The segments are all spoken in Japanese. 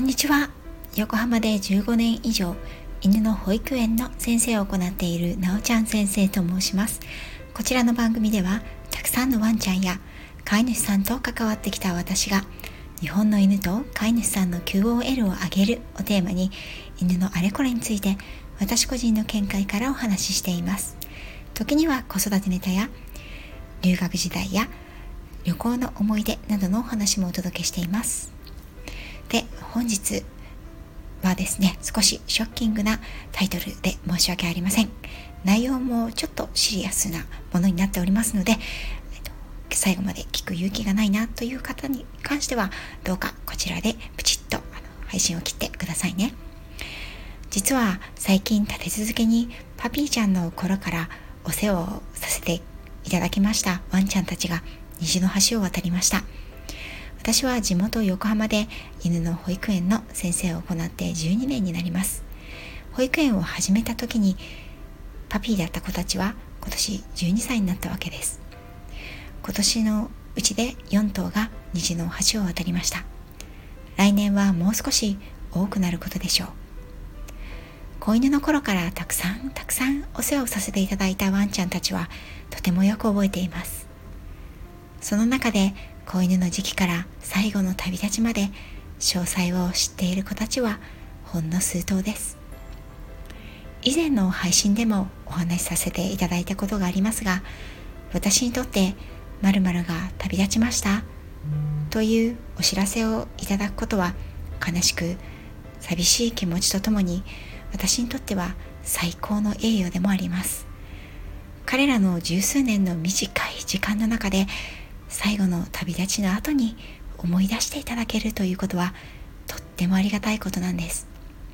んにちは。横浜で15年以上犬の保育園の先生を行っているなおちゃん先生と申します。こちらの番組ではたくさんのワンちゃんや飼い主さんと関わってきた私が日本の犬と飼い主さんの QOL を上げるをテーマに犬のあれこれについて私個人の見解からお話ししています。時には子育てネタや留学時代や旅行の思い出などのお話もお届けしています。で、本日はですね、少しショッキングなタイトルで申し訳ありません。内容もちょっとシリアスなものになっておりますので、最後まで聞く勇気がないなという方に関してはどうかこちらでプチッと配信を切ってくださいね。実は最近立て続けにパピーちゃんの頃からお世話をさせていただきましたワンちゃんたちが虹の橋を渡りました。私は地元横浜で犬の保育園の先生を行って12年になります。保育園を始めた時にパピーだった子たちは今年12歳になったわけです。今年のうちで4頭が虹の橋を渡りました。来年はもう少し多くなることでしょう。子犬の頃からたくさんお世話をさせていただいたワンちゃんたちはとてもよく覚えています。その中で子犬の時期から最後の旅立ちまで詳細を知っている子たちはほんの数頭です。以前の配信でもお話しさせていただいたことがありますが、私にとって〇〇が旅立ちましたというお知らせをいただくことは悲しく寂しい気持ちとともに私にとっては最高の栄誉でもあります。彼らの十数年の短い時間の中で最後の旅立ちの後に思い出していただけるということはとってもありがたいことなんです。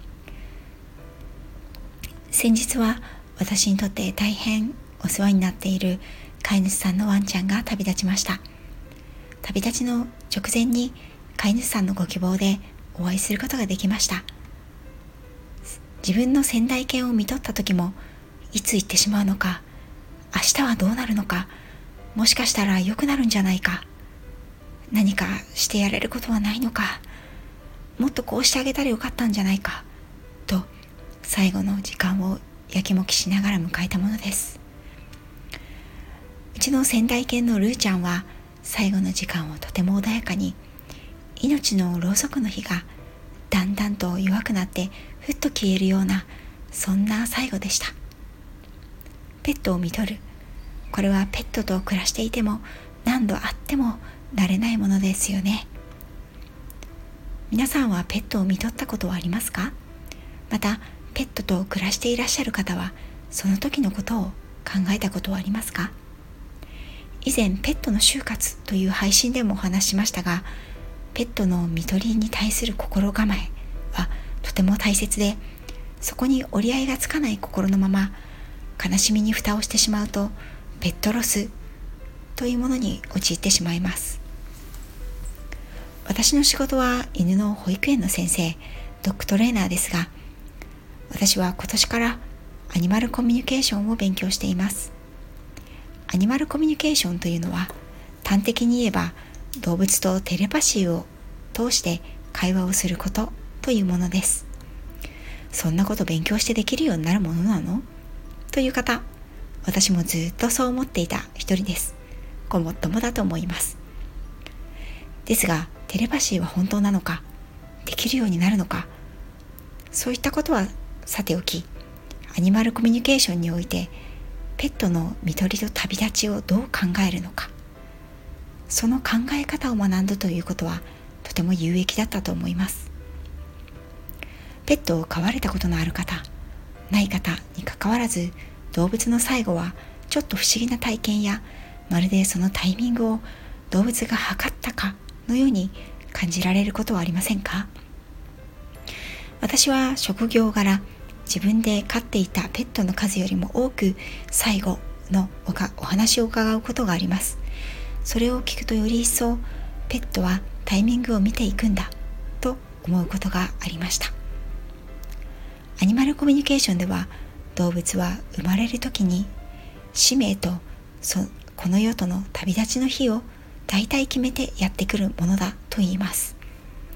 先日は私にとって大変お世話になっている飼い主さんのワンちゃんが旅立ちました。旅立ちの直前に飼い主さんのご希望でお会いすることができました。自分の先代犬を見とった時もいつ行ってしまうのか、明日はどうなるのか、もしかしたら良くなるんじゃないか、何かしてやれることはないのか、もっとこうしてあげたらよかったんじゃないかと最後の時間をやきもきしながら迎えたものです。うちの先代犬のルーちゃんは最後の時間をとても穏やかに、命のろうそくの火がだんだんと弱くなってふっと消えるような、そんな最後でした。ペットを見とる、これはペットと暮らしていても何度あっても慣れないものですよね。皆さんはペットを見とったことはありますか？またペットと暮らしていらっしゃる方はその時のことを考えたことはありますか？以前ペットの就活という配信でもお話ししましたが、ペットの看取りに対する心構えはとても大切で、そこに折り合いがつかない心のまま悲しみに蓋をしてしまうとペットロスというものに陥ってしまいます。私の仕事は犬の保育園の先生、ドッグトレーナーですが、私は今年からアニマルコミュニケーションを勉強しています。アニマルコミュニケーションというのは端的に言えば動物とテレパシーを通して会話をすることというものです。そんなこと勉強してできるようになるものなの？という方、私もずっとそう思っていた一人です。ごもっともだと思います。ですがテレパシーは本当なのか、できるようになるのか、そういったことはさておき、アニマルコミュニケーションにおいてペットの看取りと旅立ちをどう考えるのか、その考え方を学んだということはとても有益だったと思います。ペットを飼われたことのある方、ない方にかかわらず、動物の最後はちょっと不思議な体験や、まるでそのタイミングを動物が測ったかのように感じられることはありませんか？私は職業柄、自分で飼っていたペットの数よりも多く最後のお話を伺うことがあります。それを聞くとより一層ペットはタイミングを見ていくんだと思うことがありました。アニマルコミュニケーションでは動物は生まれる時に使命とこの世との旅立ちの日を大体決めてやってくるものだと言います。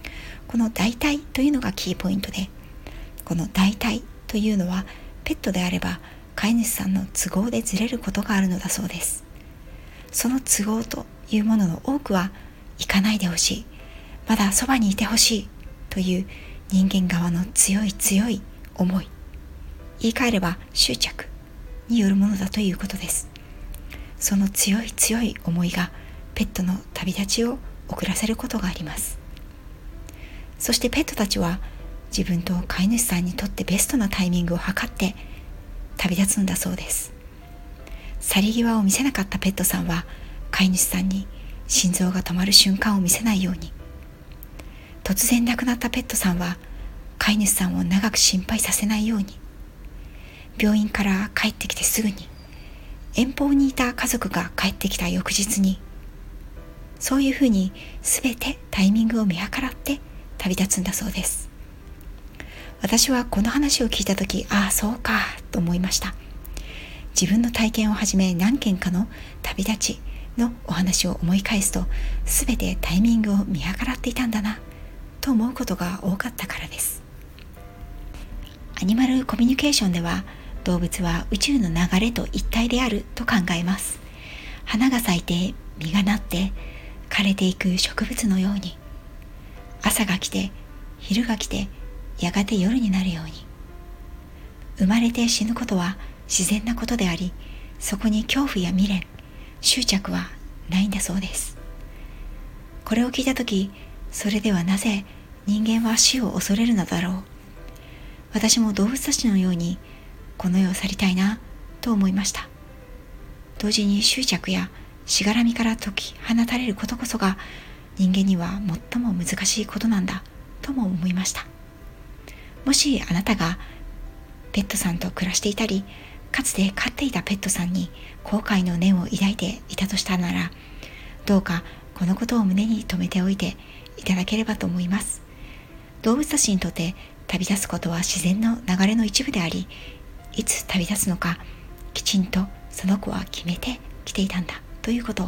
この大体というのがキーポイントで、この大体というのはペットであれば飼い主さんの都合でずれることがあるのだそうです。その都合というものの多くは、行かないでほしい、まだそばにいてほしいという人間側の強い強い思い、言い換えれば執着によるものだということです。その強い強い思いがペットの旅立ちを遅らせることがあります。そしてペットたちは自分と飼い主さんにとってベストなタイミングを測って旅立つんだそうです。去り際を見せなかったペットさんは飼い主さんに心臓が止まる瞬間を見せないように、突然亡くなったペットさんは飼い主さんを長く心配させないように、病院から帰ってきてすぐに遠方にいた家族が帰ってきた翌日に、そういうふうに全てタイミングを見計らって旅立つんだそうです。私はこの話を聞いたとき、ああそうかと思いました。自分の体験をはじめ何件かの旅立ちのお話を思い返すと、全てタイミングを見計らっていたんだなと思うことが多かったからです。アニマルコミュニケーションでは、動物は宇宙の流れと一体であると考えます。花が咲いて実がなって枯れていく植物のように、朝が来て昼が来てやがて夜になるように、生まれて死ぬことは自然なことであり、そこに恐怖や未練、執着はないんだそうです。これを聞いたとき、それではなぜ人間は死を恐れるのだろう。私も動物たちのようにこの世を去りたいなと思いました。同時に執着やしがらみから解き放たれることこそが人間には最も難しいことなんだとも思いました。もしあなたがペットさんと暮らしていたり、かつて飼っていたペットさんに後悔の念を抱いていたとしたなら、どうかこのことを胸に留めておいていただければと思います。動物たちにとって旅立つことは自然の流れの一部であり、いつ旅立つのかきちんとその子は決めてきていたんだということを。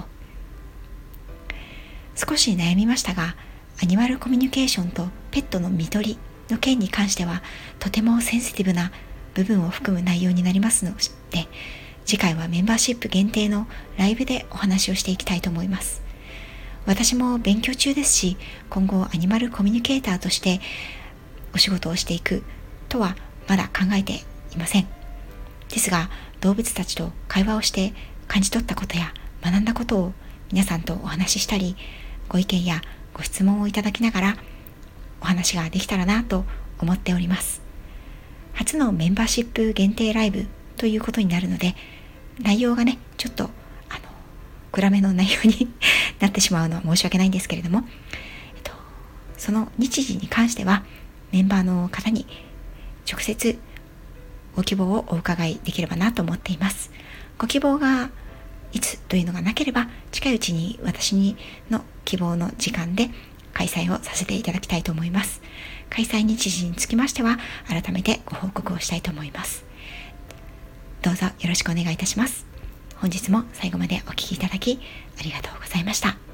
少し悩みましたが、アニマルコミュニケーションとペットの看取りの件に関してはとてもセンシティブな部分を含む内容になりますので、次回はメンバーシップ限定のライブでお話をしていきたいと思います。私も勉強中ですし、今後アニマルコミュニケーターとしてお仕事をしていくとはまだ考えていません。ですが、動物たちと会話をして感じ取ったことや学んだことを皆さんとお話ししたり、ご意見やご質問をいただきながらお話ができたらなと思っております。初のメンバーシップ限定ライブということになるので、内容がねちょっと暗めの内容になってしまうのは申し訳ないんですけれども、その日時に関してはメンバーの方に直接ご希望をお伺いできればなと思っています。ご希望がいつというのがなければ、近いうちに私の希望の時間で開催をさせていただきたいと思います。開催日時につきましては改めてご報告をしたいと思います。どうぞよろしくお願いいたします。本日も最後までお聞きいただきありがとうございました。